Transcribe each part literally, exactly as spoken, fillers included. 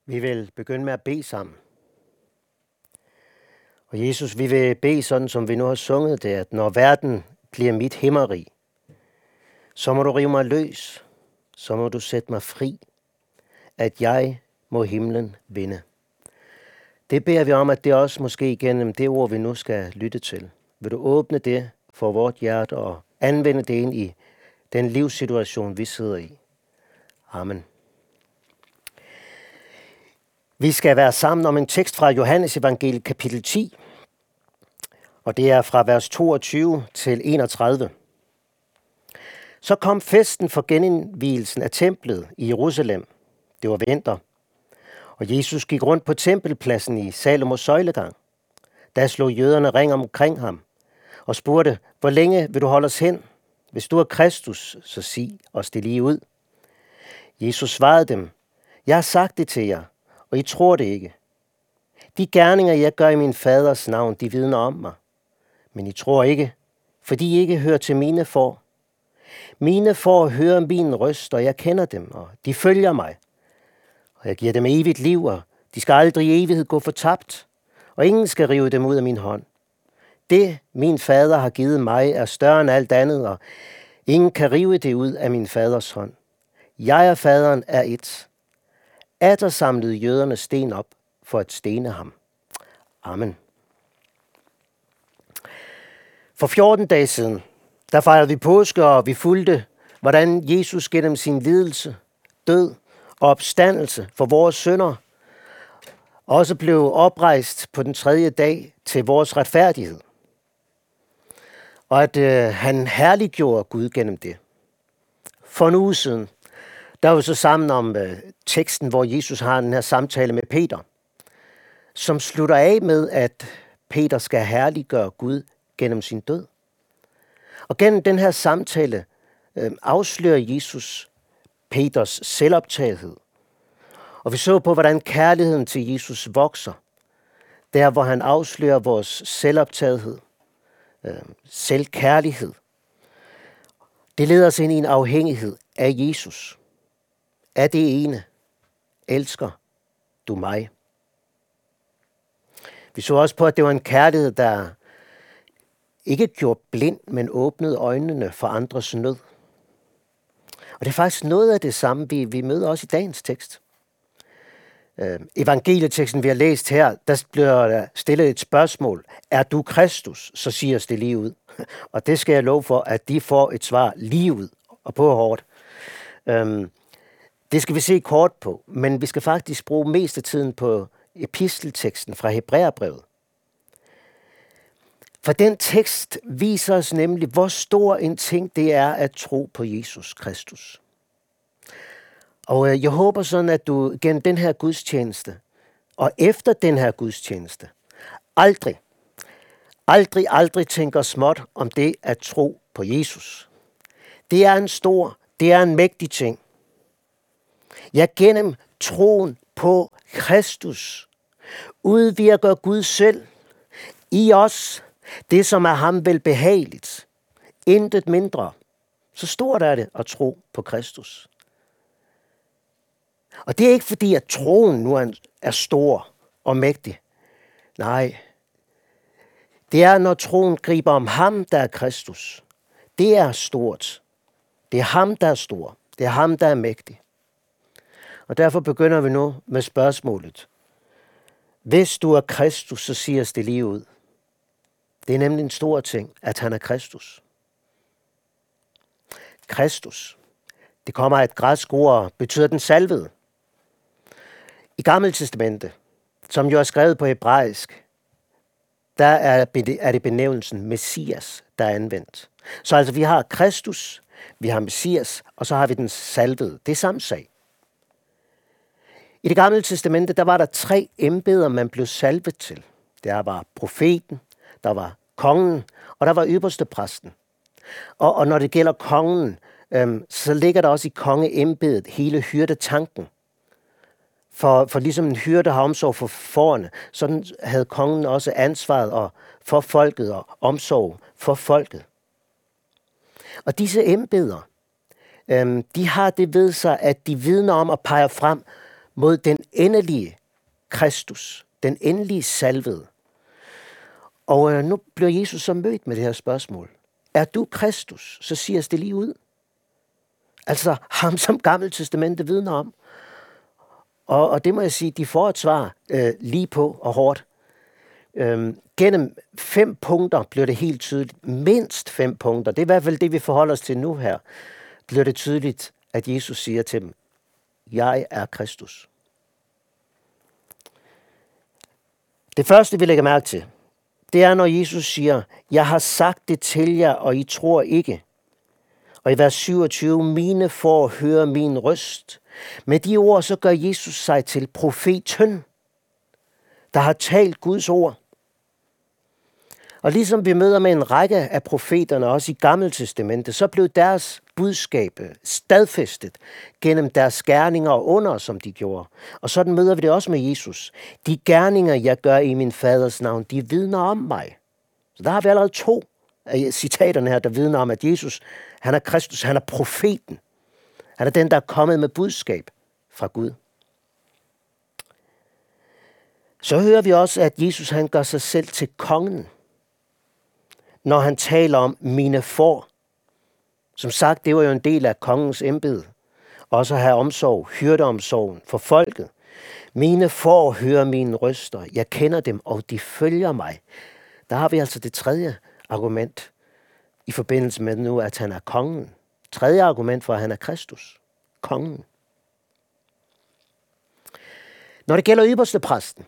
Vi vil begynde med at bede sammen. Og Jesus, vi vil bede sådan, som vi nu har sunget det, at når verden bliver mit himmerig, så må du rive mig løs, så må du sætte mig fri, at jeg må himlen vinde. Det beder vi om, at det også måske gennem det ord, vi nu skal lytte til. Vil du åbne det for vort hjerte og anvende det ind i den livssituation, vi sidder i. Amen. Vi skal være sammen om en tekst fra Johannes evangeliet kapitel ti, og det er fra vers toogtyve til enogtredive. Så kom festen for genindvielsen af templet i Jerusalem. Det var vinter, og Jesus gik rundt på tempelpladsen i Salomos søjlegang. Der slog jøderne ring omkring ham og spurgte, hvor længe vil du holde os hen? Hvis du er Kristus, så sig os det lige ud. Jesus svarede dem, jeg har sagt det til jer, og I tror det ikke. De gerninger, jeg gør i min faders navn, de vidner om mig. Men I tror ikke, fordi I ikke hører til mine får. Mine får hører min røst, og jeg kender dem, og de følger mig. Og jeg giver dem evigt liv, og de skal aldrig i evighed gå fortabt, og ingen skal rive dem ud af min hånd. Det, min fader har givet mig, er større end alt andet, og ingen kan rive det ud af min faders hånd. Jeg og faderen er et. Atter samlede jøderne sten op for at stene ham. Amen. For fjorten dage siden, der fejrede vi påske, og vi fulgte, hvordan Jesus gennem sin lidelse, død og opstandelse for vores synder, også blev oprejst på den tredje dag til vores retfærdighed. Og at øh, han herliggjorde Gud gennem det. For en uge siden, der var vi så sammen om øh, teksten, hvor Jesus har den her samtale med Peter, som slutter af med, at Peter skal herliggøre Gud gennem sin død. Og gennem den her samtale øh, afslører Jesus Peters selvoptagethed. Og vi så på, hvordan kærligheden til Jesus vokser. Der, hvor han afslører vores selvoptagethed, øh, selvkærlighed. Det leder os ind i en afhængighed af Jesus. Af det ene. Elsker du mig? Vi så også på, at det var en kærlighed, der ikke gjorde blind, men åbnede øjnene for andres nød. Og det er faktisk noget af det samme, vi, vi møder også i dagens tekst. Øh, evangelieteksten, vi har læst her, der bliver der stillet et spørgsmål. Er du Kristus? Så siger os det lige ud. Og det skal jeg love for, at de får et svar lige ud og på hårdt. Øh, det skal vi se kort på, men vi skal faktisk bruge mest af tiden på epistelteksten fra Hebræerbrevet. For den tekst viser os nemlig, hvor stor en ting det er at tro på Jesus Kristus. Og øh, jeg håber sådan, at du gennem den her gudstjeneste, og efter den her gudstjeneste, aldrig, aldrig, aldrig tænker småt om det at tro på Jesus. Det er en stor, det er en mægtig ting. Ja, gennem troen på Kristus udvirker Gud selv i os det, som er ham velbehageligt. Intet mindre. Så stort er det at tro på Kristus. Og det er ikke fordi, at troen nu er stor og mægtig. Nej. Det er, når troen griber om ham, der er Kristus. Det er stort. Det er ham, der er stor. Det er ham, der er mægtig. Og derfor begynder vi nu med spørgsmålet. Hvis du er Kristus, så siger os det lige ud. Det er nemlig en stor ting, at han er Kristus. Kristus. Det kommer af et græsk ord, betyder den salvede. I Gamle Testamente, som jo er skrevet på hebraisk, der er det benævnelsen Messias, der er anvendt. Så altså vi har Kristus, vi har Messias, og så har vi den salvede. Det er samme sag. I det Gamle Testamente, der var der tre embeder, man blev salvet til. Der var profeten, der var kongen, og der var ypperstepræsten. Og, og når det gælder kongen, øhm, så ligger der også i kongeembedet hele hyrdetanken. For, for ligesom en hyrde har omsorg for fårene, sådan havde kongen også ansvaret og, for folket og omsorg for folket. Og disse embeder, øhm, de har det ved sig, at de vidner om og peger frem mod den endelige Kristus, den endelige salvede. Og øh, nu bliver Jesus så mødt med det her spørgsmål. Er du Kristus? Så siger det lige ud. Altså ham, som Gamle Testamente vidner om. Og, og det må jeg sige, de får et svar øh, lige på og hårdt. Øhm, gennem fem punkter bliver det helt tydeligt. Mindst fem punkter. Det er i hvert fald det, vi forholder os til nu her. Bliver det tydeligt, at Jesus siger til dem, jeg er Kristus. Det første, vi lægger mærke til, det er, når Jesus siger, jeg har sagt det til jer, og I tror ikke. Og i vers syvogtyve, mine får høre min røst. Med de ord, så gør Jesus sig til profeten, der har talt Guds ord. Og ligesom vi møder med en række af profeterne, også i Gamle Testamente, så blev deres budskab stadfæstet gennem deres gerninger og under, som de gjorde. Og sådan møder vi det også med Jesus. De gerninger, jeg gør i min faders navn, de vidner om mig. Så der har vi allerede to af citaterne her, der vidner om, at Jesus, han er Kristus, han er profeten. Han er den, der er kommet med budskab fra Gud. Så hører vi også, at Jesus, han gør sig selv til kongen, når han taler om mine får. Som sagt, det var jo en del af kongens embede. Også at have omsorg, hyrdeomsorgen for folket. Mine får hører mine røster. Jeg kender dem, og de følger mig. Der har vi altså det tredje argument i forbindelse med nu, at han er kongen. Tredje argument for, at han er Kristus. Kongen. Når det gælder ypperstepræsten,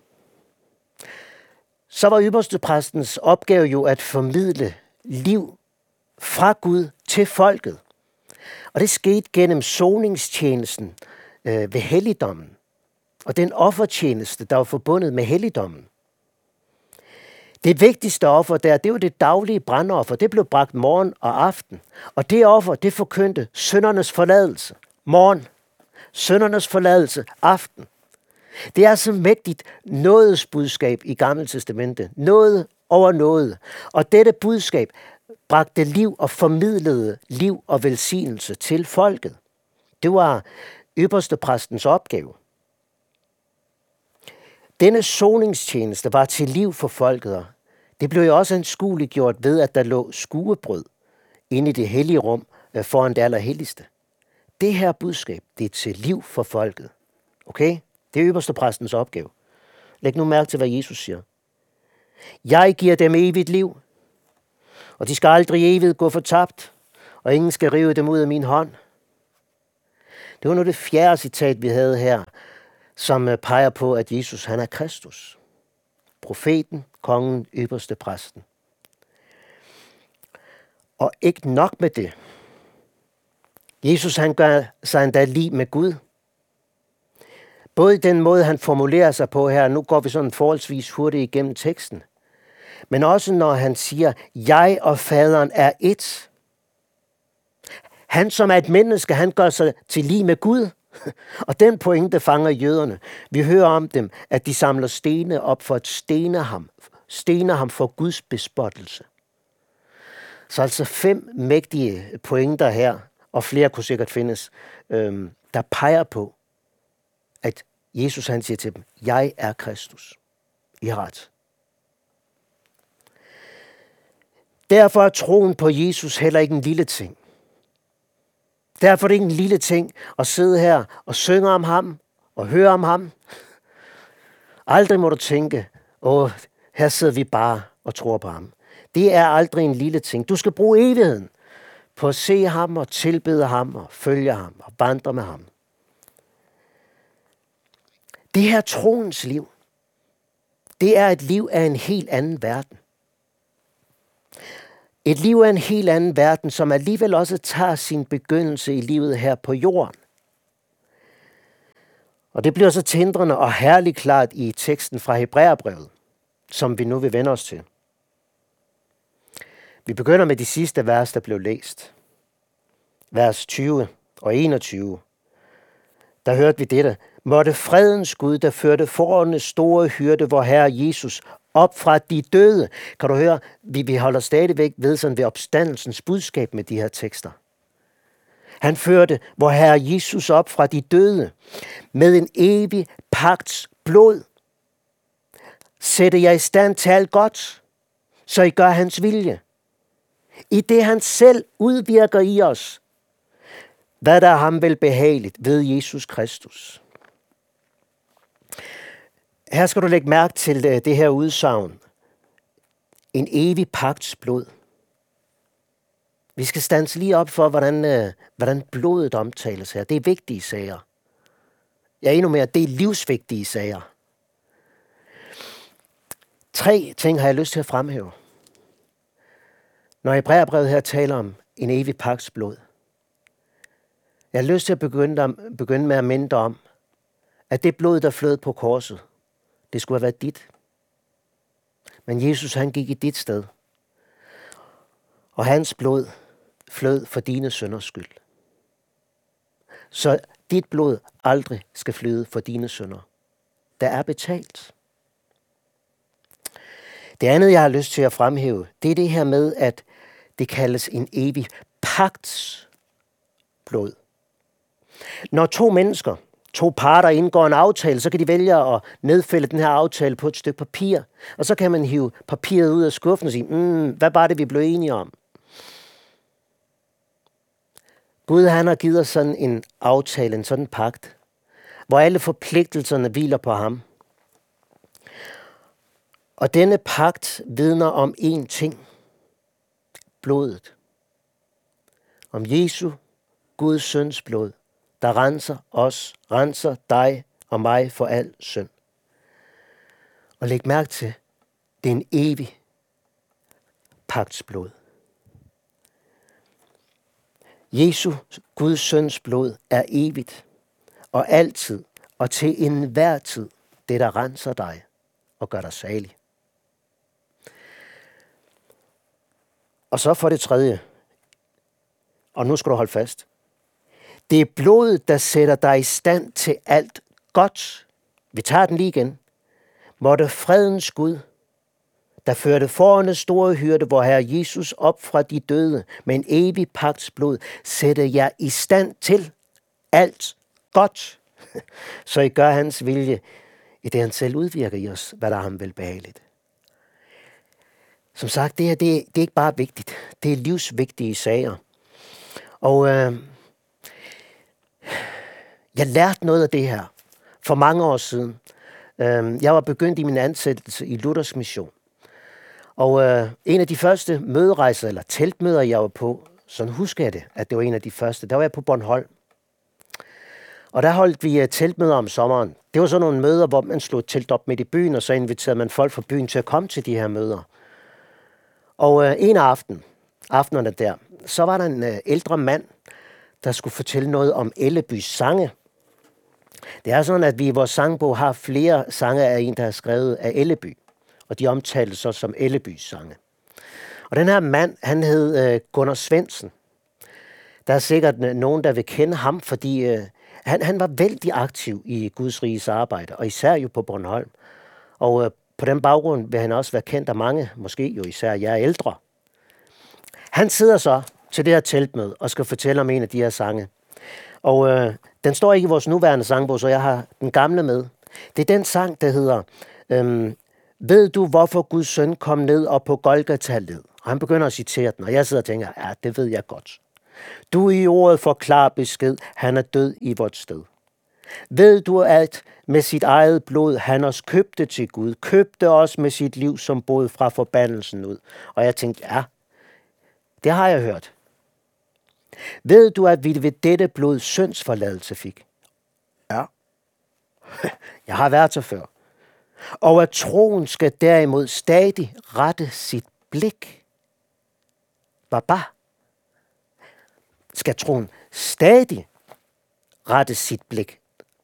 så var ypperstepræstens opgave jo at formidle liv fra Gud til folket. Og det skete gennem soningstjenesten øh, ved helligdommen. Og den offertjeneste, der var forbundet med helligdommen. Det vigtigste offer der, det var det daglige brandoffer. Det blev bragt morgen og aften. Og det offer, det forkyndte syndernes forladelse. Morgen. Syndernes forladelse. Aften. Det er så mægtigt nådes budskab i Gamle Testamente. Noget over noget. Og dette budskab bragte liv og formidlede liv og velsignelse til folket. Det var ypperstepræstens opgave. Denne soningstjeneste var til liv for folket, og det blev jo også anskueliggjort ved, at der lå skuebrød inde i det hellige rum foran det allerhelligste. Det her budskab, det er til liv for folket. Okay? Det er ypperstepræstens opgave. Læg nu mærke til, hvad Jesus siger. Jeg giver dem evigt liv, og de skal aldrig evigt gå fortabt, og ingen skal rive dem ud af min hånd. Det var nu det fjerde citat, vi havde her, som peger på, at Jesus, han er Kristus. Profeten, kongen, ypperstepræsten. Og ikke nok med det. Jesus, han gør sig endda lige med Gud. Både i den måde, han formulerer sig på her, nu går vi sådan forholdsvis hurtigt igennem teksten, men også når han siger, jeg og faderen er ét. Han, som er et menneske, han gør sig til lige med Gud. Og den pointe fanger jøderne. Vi hører om dem, at de samler stene op for at stene ham. Stene ham for Guds bespottelse. Så altså fem mægtige pointer her, og flere kunne sikkert findes, øhm, der peger på, at Jesus, han siger til dem, jeg er Kristus. I har ret. Derfor er troen på Jesus heller ikke en lille ting. Derfor er det ikke en lille ting at sidde her og synge om ham og høre om ham. Aldrig må du tænke, åh, her sidder vi bare og tror på ham. Det er aldrig en lille ting. Du skal bruge evigheden på at se ham og tilbede ham og følge ham og vandre med ham. Det her troens liv, det er et liv af en helt anden verden. Et liv af en helt anden verden, som alligevel også tager sin begyndelse i livet her på jorden. Og det bliver så tindrende og herligt klart i teksten fra Hebræerbrevet, som vi nu vil vende os til. Vi begynder med de sidste vers, der blev læst. Vers tyve og enogtyve. Der hørte vi dette. Måtte fredens Gud, der førte forårenes store hyrde, vor Herre Jesus, op fra de døde. Kan du høre, vi, vi holder stadigvæk ved sådan ved opstandelsens budskab med de her tekster. Han førte vor Herre Jesus op fra de døde med en evig pagts blod. Sætte jer i stand til alt godt, så I gør hans vilje. I det han selv udvirker i os, hvad der er ham velbehageligt ved Jesus Kristus. Her skal du lægge mærke til det her udsagn. En evig pagts blod. Vi skal stands lige op for, hvordan, hvordan blodet omtales her. Det er vigtige sager. Ja, endnu mere, det er livsvigtige sager. Tre ting har jeg lyst til at fremhæve. Når Hebræerbrevet her taler om en evig pagts blod. Jeg har lyst til at begynde, begynde med at minde dig om, at det blod, der flød på korset, det skulle have været dit. Men Jesus, han gik i dit sted. Og hans blod flød for dine synders skyld. Så dit blod aldrig skal flyde for dine synder. Der er betalt. Det andet, jeg har lyst til at fremhæve, det er det her med, at det kaldes en evig pagts blod. Når to mennesker, to parter indgår en aftale, så kan de vælge at nedfælde den her aftale på et stykke papir. Og så kan man hive papiret ud af skuffen og sige, mm, hvad var det, vi blev enige om? Gud, han har givet os sådan en aftale, en sådan pagt, hvor alle forpligtelserne hviler på ham. Og denne pagt vidner om én ting. Blodet. Om Jesu, Guds søns blod, der renser os, renser dig og mig for al synd. Og læg mærke til, det er en evig pagtsblod. Jesu, Guds søns blod, er evigt og altid og til enhver tid det, der renser dig og gør dig salig. Og så for det tredje, og nu skal du holde fast. Det er blodet, der sætter dig i stand til alt godt. Vi tager den lige igen. Måtte fredens Gud, der førte foran store hyrde, hvor Herre Jesus op fra de døde med en evig pagts blod, sætte jer i stand til alt godt, så I gør hans vilje, i det han selv udvirker i os, hvad der er ham velbehageligt. Som sagt, det her, det, det er ikke bare vigtigt. Det er livsvigtige sager. Og øh, jeg lærte noget af det her for mange år siden. Øh, jeg var begyndt i min ansættelse i Luthersk Mission. Og øh, en af de første møderejser, eller teltmøder, jeg var på, sådan husker jeg det, at det var en af de første, der var jeg på Bornholm. Og der holdt vi uh, teltmøder om sommeren. Det var sådan nogle møder, hvor man slog et telt op midt i byen, og så inviterede man folk fra byen til at komme til de her møder. Og øh, en aften, aftenerne der, så var der en øh, ældre mand, der skulle fortælle noget om Ellebys sange. Det er sådan, at vi i vores sangbog har flere sange af en, der er skrevet af Elleby. Og de omtales så som Ellebys sange. Og den her mand, han hed øh, Gunnar Svendsen. Der er sikkert øh, nogen, der vil kende ham, fordi øh, han, han var vældig aktiv i Guds riges arbejde, og især jo på Bornholm. Og øh, på den baggrund vil han også være kendt af mange, måske jo især jer ældre. Han sidder så til det her teltmøde og skal fortælle om en af de her sange. Og øh, den står ikke i vores nuværende sangbog, så jeg har den gamle med. Det er den sang, der hedder, øhm, ved du, hvorfor Guds søn kom ned og på Golgata led? Og han begynder at citere den, og jeg sidder og tænker, ja, det ved jeg godt. Du i ordet får klar besked, han er død i vort sted. Ved du, at med sit eget blod, han os købte til Gud, købte os med sit liv som bod fra forbandelsen ud. Og jeg tænkte, ja, det har jeg hørt. Ved du, at vi ved dette blod syndsforladelse fik? Ja. Jeg har været så før. Og at troen skal derimod stadig rette sit blik. Baba. Skal troen stadig rette sit blik?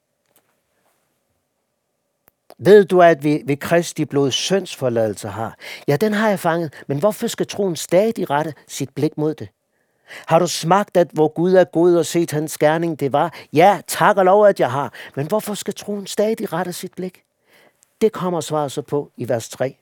Ved du, at vi ved Kristi blod syndsforladelse har? Ja, den har jeg fanget. Men hvorfor skal troen stadig rette sit blik mod det? Har du smagt, at hvor Gud er god og set hans gerning det var? Ja, tak og lov, at jeg har. Men hvorfor skal troen stadig rette sit blik? Det kommer svaret så på i vers tre.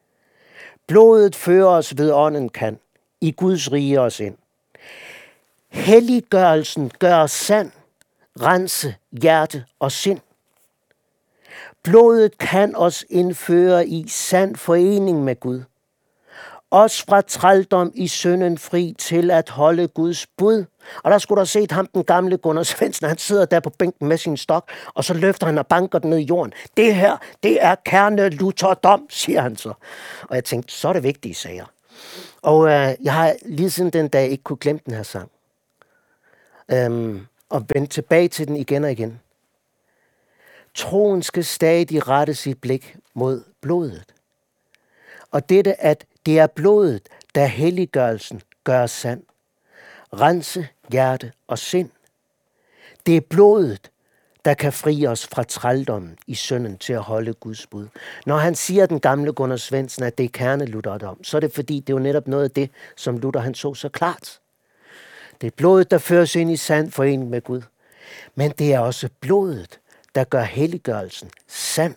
Blodet fører os ved ånden kan, i Guds rige os ind. Helliggørelsen gør os sand, rense hjerte og sind. Blodet kan os indføre i sand forening med Gud. Os fra trældom i synden fri til at holde Guds bud. Og der skulle du have set ham, den gamle Gunnar Svendsen. Han sidder der på bænken med sin stok, og så løfter han og banker den ned i jorden. Det her, det er kernelutherdom, siger han så. Og jeg tænkte, så er det vigtige sager. Og øh, jeg har lige siden den dag ikke kunne glemme den her sang. Øhm, og vende tilbage til den igen og igen. Troen skal stadig rette sit blik mod blodet. Og dette, at det er blodet, der helliggørelsen gør sand. Rense hjerte og sind. Det er blodet, der kan fri os fra trældommen i synden til at holde Guds bud. Når han siger, den gamle Gunnar Svendsen, at det er kernelutherdom, så er det fordi, det er jo netop noget af det, som Luther han så så klart. Det er blodet, der føres ind i sand forening med Gud. Men det er også blodet, der gør helliggørelsen sand.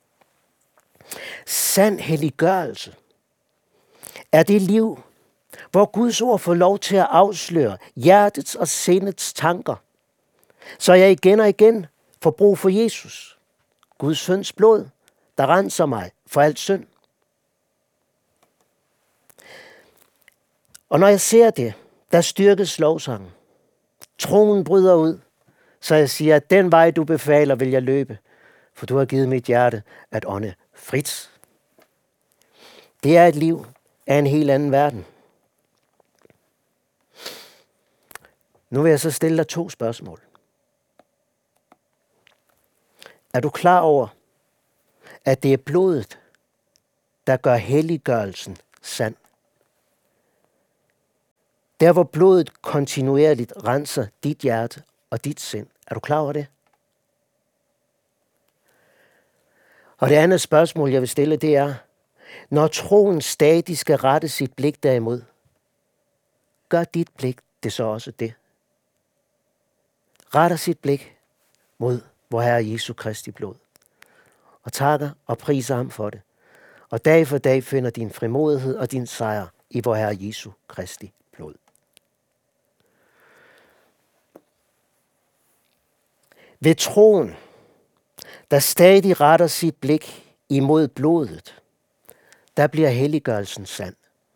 Sand helliggørelse er det liv, hvor Guds ord får lov til at afsløre hjertets og sindets tanker, så jeg igen og igen får brug for Jesus, Guds søns blod, der renser mig for alt synd. Og når jeg ser det, der styrkes lovsangen. Troen bryder ud, så jeg siger, at den vej, du befaler, vil jeg løbe, for du har givet mit hjerte at ånde frit. Det er et liv af en helt anden verden. Nu vil jeg så stille dig to spørgsmål. Er du klar over, at det er blodet, der gør helliggørelsen sand? Der hvor blodet kontinuerligt renser dit hjerte og dit sind. Er du klar over det? Og det andet spørgsmål, jeg vil stille, det er, når troen stadig skal rette sit blik derimod, gør dit blik det så også det? Retter sit blik mod vor Herre Jesu Kristi blod, og takker og priser ham for det. Og dag for dag finder din frimodighed og din sejr i vor Herre Jesu Kristi blod. Ved troen, der stadig retter sit blik imod blodet, der bliver helliggørelsen sand.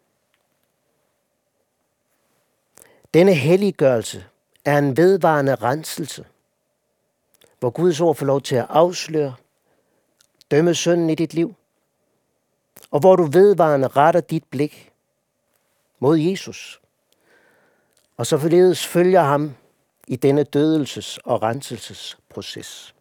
Denne helliggørelse er en vedvarende renselse, hvor Guds ord får lov til at afsløre, dømme synden i dit liv, og hvor du vedvarende retter dit blik mod Jesus, og så forledes følger ham i denne dødelses- og renselsesproces.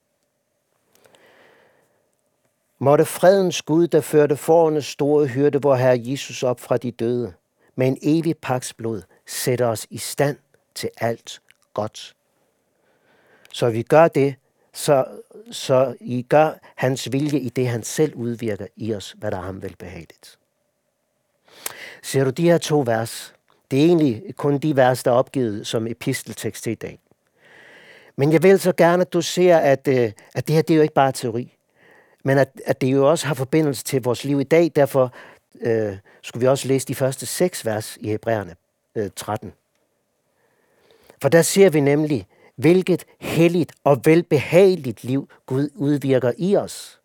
Måtte fredens Gud, der førte fårenes store hyrde, vor Herre Jesus op fra de døde, med en evig pagts blod, sætte os i stand til alt godt. Så vi gør det, så, så I gør hans vilje i det, han selv udvirker i os, hvad der er ham velbehageligt. Ser du de her to vers? Det er egentlig kun de vers, der er opgivet som episteltekst til i dag. Men jeg vil så gerne, at du ser, at, at det her det er jo ikke bare teori, men at, at det jo også har forbindelse til vores liv i dag. Derfor øh, skulle vi også læse de første seks vers i Hebræerne øh, tretten. For der ser vi nemlig, hvilket helligt og velbehageligt liv Gud udvirker i os.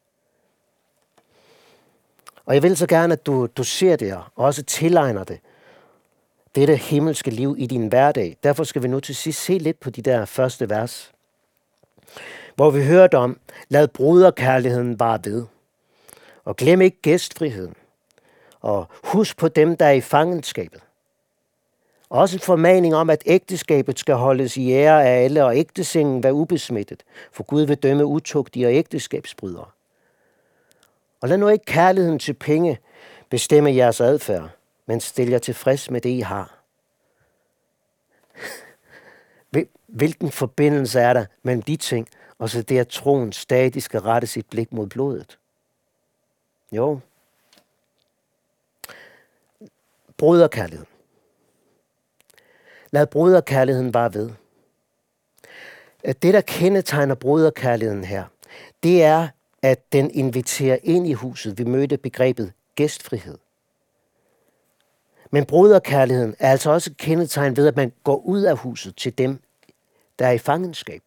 Og jeg vil så gerne, at du, du ser det og også tilegner det, dette himmelske liv i din hverdag. Derfor skal vi nu til sidst se lidt på de der første vers, hvor vi hørte om, lad broderkærligheden bare ved. Og glem ikke gæstfriheden. Og husk på dem, der er i fangenskabet. Også en formaning om, at ægteskabet skal holdes i ære af alle, og ægtesengen være ubesmittet, for Gud vil dømme utugtige og ægteskabsbrydere. Og lad nu ikke kærligheden til penge bestemme jeres adfærd, men stil jer tilfreds med det, I har. Hvilken forbindelse er der mellem de ting, og så det, at troen stadig skal rette sit blik mod blodet? Jo. Broderkærligheden. Lad broderkærligheden bare ved. Det, der kendetegner broderkærligheden her, det er, at den inviterer ind i huset. Vi mødte begrebet gæstfrihed. Men broderkærligheden er altså også kendetegn ved, at man går ud af huset til dem, der er i fangenskab.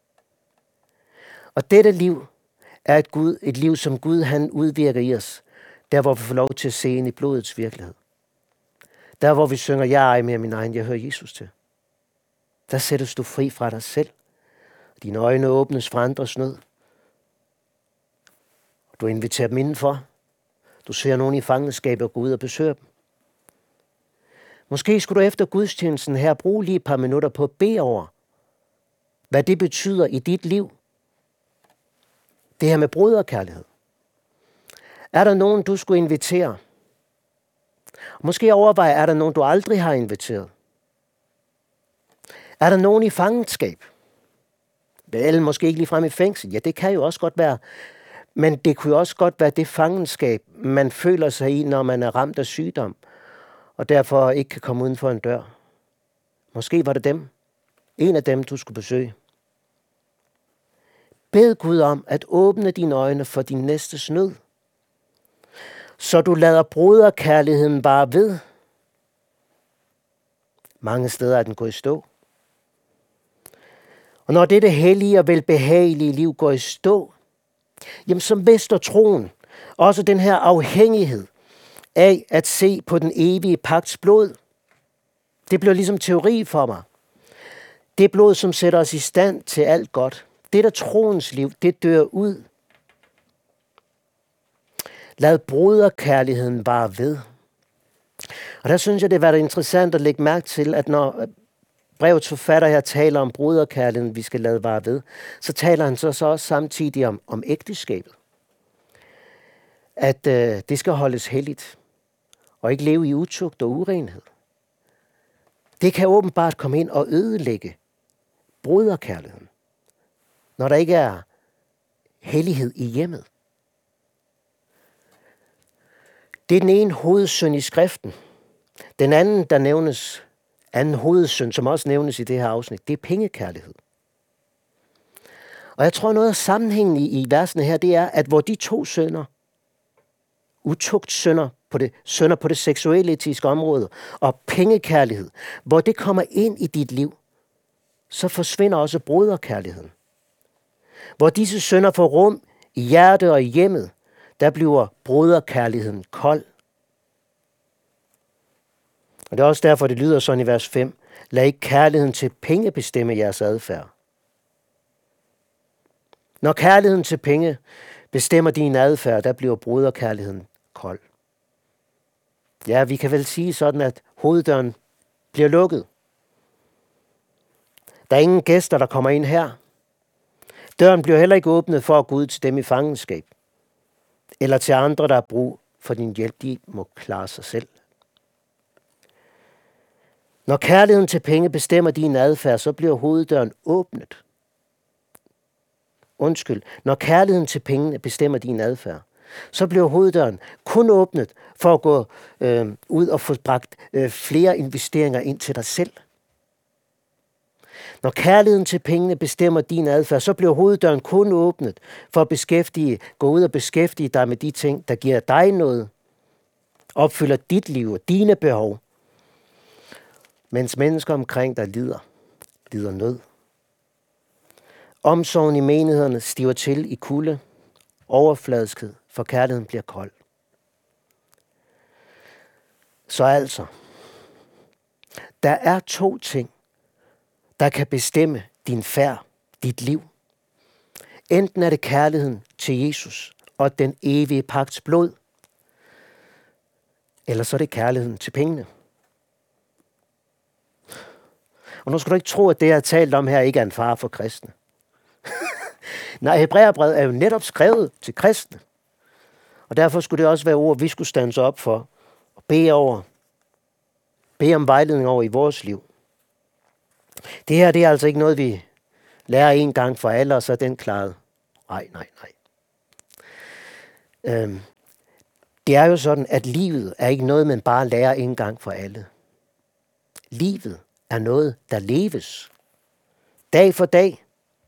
Og dette liv er et, Gud, et liv, som Gud han udvirker i os, der hvor vi får lov til at se ind i blodets virkelighed. Der hvor vi synger, jeg er ej mere min egen, jeg hører Jesus til. Der sættes du fri fra dig selv. Dine øjne åbnes for andres nød. Du inviterer dem indenfor. Du ser nogen i fangenskab og går ud og besøger dem. Måske skulle du efter gudstjenesten her bruge lige et par minutter på at bede over, hvad det betyder i dit liv. Det her med broderkærlighed. Er der nogen, du skulle invitere? Måske overveje, er der nogen, du aldrig har inviteret? Er der nogen i fangenskab? Eller måske ikke ligefrem i fængsel. Ja, det kan jo også godt være. Men det kunne jo også godt være det fangenskab, man føler sig i, når man er ramt af sygdom, og derfor ikke kan komme uden for en dør. Måske var det dem. En af dem, du skulle besøge. Bed Gud om at åbne dine øjne for din næstes nød, så du lader broderkærligheden bare ved. Mange steder er den gået i stå. Og når dette hellige og velbehagelige liv går i stå, jamen så mister troen også den her afhængighed af at se på den evige pagts blod. Det bliver ligesom teori for mig. Det blod, som sætter os i stand til alt godt. Det der troens liv, det dør ud. Lad broderkærligheden bare ved. Og der synes jeg, det har været interessant at lægge mærke til, at når brevets forfatter her taler om broderkærligheden, vi skal lade bare ved, så taler han så, så også samtidig om, om ægteskabet. At øh, det skal holdes helligt, og ikke leve i utugt og urenhed. Det kan åbenbart komme ind og ødelægge broderkærligheden, når der ikke er hellighed i hjemmet. Det er den ene hovedsynd i skriften. Den anden, der nævnes, anden hovedsynd, som også nævnes i det her afsnit, det er pengekærlighed. Og jeg tror, noget af sammenhængen i, i versene her, det er, at hvor de to synder, utugt synder på det, synder på det seksuelle etiske område, og pengekærlighed, hvor det kommer ind i dit liv, så forsvinder også broderkærligheden. Hvor disse synder får rum i hjertet og i hjemmet, der bliver broderkærligheden kold. Og det er også derfor, det lyder sådan i vers fem. Lad ikke kærligheden til penge bestemme jeres adfærd. Når kærligheden til penge bestemmer din adfærd, der bliver broderkærligheden kold. Ja, vi kan vel sige sådan, at hoveddøren bliver lukket. Der er ingen gæster, der kommer ind her. Døren bliver heller ikke åbnet for at gå ud til dem i fangenskab. Eller til andre, der har brug for din hjælp. De må klare sig selv. Når kærligheden til penge bestemmer din adfærd, så bliver hoveddøren åbnet. Undskyld. Når kærligheden til pengene bestemmer din adfærd, så bliver hoveddøren kun åbnet for at gå øh, ud og få bragt øh, flere investeringer ind til dig selv. Når kærligheden til pengene bestemmer din adfærd, så bliver hoveddøren kun åbnet for at beskæftige, gå ud og beskæftige dig med de ting, der giver dig noget, opfylder dit liv og dine behov, mens mennesker omkring dig lider, lider nød. Omsorgen i menighederne stiver til i kulde, overfladiskhed, for kærligheden bliver kold. Så altså, der er to ting, der kan bestemme din færd, dit liv. Enten er det kærligheden til Jesus og den evige pagts blod, eller så er det kærligheden til pengene. Og nu skal du ikke tro, at det, jeg har talt om her, ikke er en fare for kristne. Nej, Hebræerbrevet er jo netop skrevet til kristne. Og derfor skulle det også være ord, vi skulle stands op for og bede over. Bede om vejledning over i vores liv. Det her, det er altså ikke noget, vi lærer en gang for alle, og så er den klaret. Nej, nej, nej. Øhm, det er jo sådan, at livet er ikke noget, man bare lærer en gang for alle. Livet er noget, der leves. Dag for dag.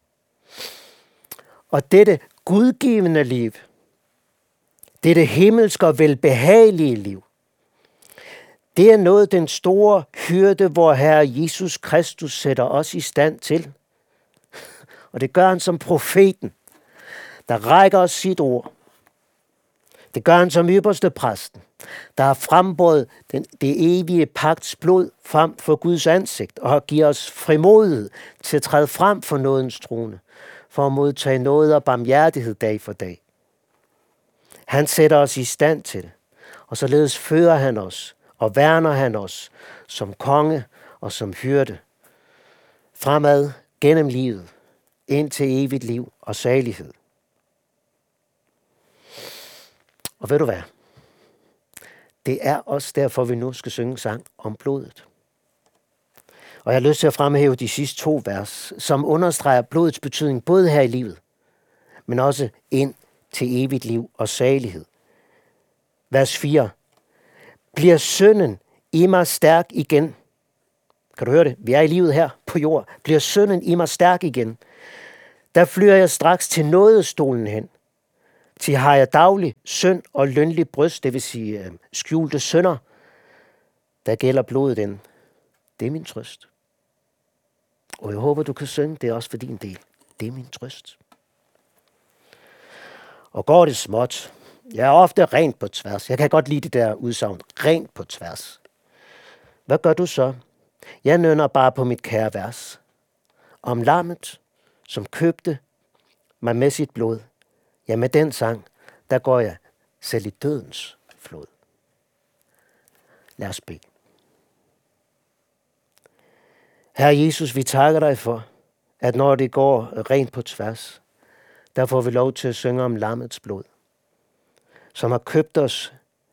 Og dette gudgivende liv, dette himmelske og velbehagelige liv, Det er noget, den store hyrde, hvor Herre Jesus Kristus sætter os i stand til. Og det gør han som profeten, der rækker os sit ord. Det gør han som ypperste præsten, der har frembåret den, det evige pagts blod frem for Guds ansigt, og har givet os frimodighed til at træde frem for nådens trone, for at modtage nåde og barmhjertighed dag for dag. Han sætter os i stand til det, og således fører han os, og værner han os som konge og som hyrde, fremad gennem livet, ind til evigt liv og salighed. Og ved du hvad? Det er også derfor, vi nu skal synge sang om blodet. Og jeg har lyst til at fremhæve de sidste to vers, som understreger blodets betydning både her i livet, men også ind til evigt liv og salighed. Vers fire. Bliver synden i mig stærk igen? Kan du høre det? Vi er i livet her på jord. Bliver synden i mig stærk igen? Der flyr jeg straks til nådestolen hen. Til har jeg daglig synd og lønlig bryst, det vil sige øh, skjulte synder, der gælder blodet den. Det er min trøst. Og jeg håber, du kan synge det også for din del. Det er min trøst. Og går det småt. Jeg er ofte rent på tværs. Jeg kan godt lide det der udsagn. Rent på tværs. Hvad gør du så? Jeg nynner bare på mit kære vers. Om lammet, som købte mig med sit blod. Ja, med den sang, der går jeg selv i dødens flod. Lad os bede. Herre Jesus, vi takker dig for, at når det går rent på tværs, der får vi lov til at synge om lammets blod, som har købt os,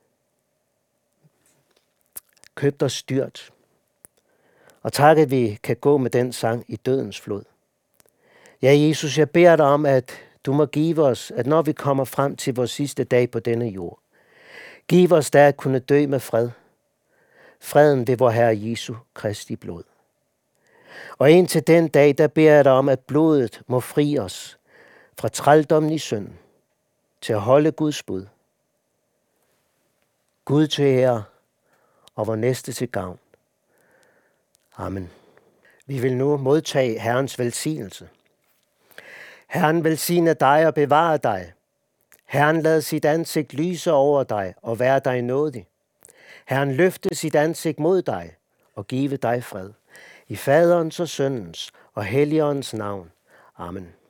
købt os dyrt. Og tak, at vi kan gå med den sang i dødens flod. Ja, Jesus, jeg beder dig om, at du må give os, at når vi kommer frem til vores sidste dag på denne jord, giv os der at kunne dø med fred. Freden ved vor Herre Jesu Kristi blod. Og indtil den dag, der beder jeg dig om, at blodet må fri os fra trældommen i synden til at holde Guds bud. Gud til ære og vor næste til gavn. Amen. Vi vil nu modtage Herrens velsignelse. Herren velsigne dig og bevare dig. Herren lad sit ansigt lyse over dig og være dig nådig. Herren løfte sit ansigt mod dig og give dig fred. I Faderens og Søndens og Helligåndens navn. Amen.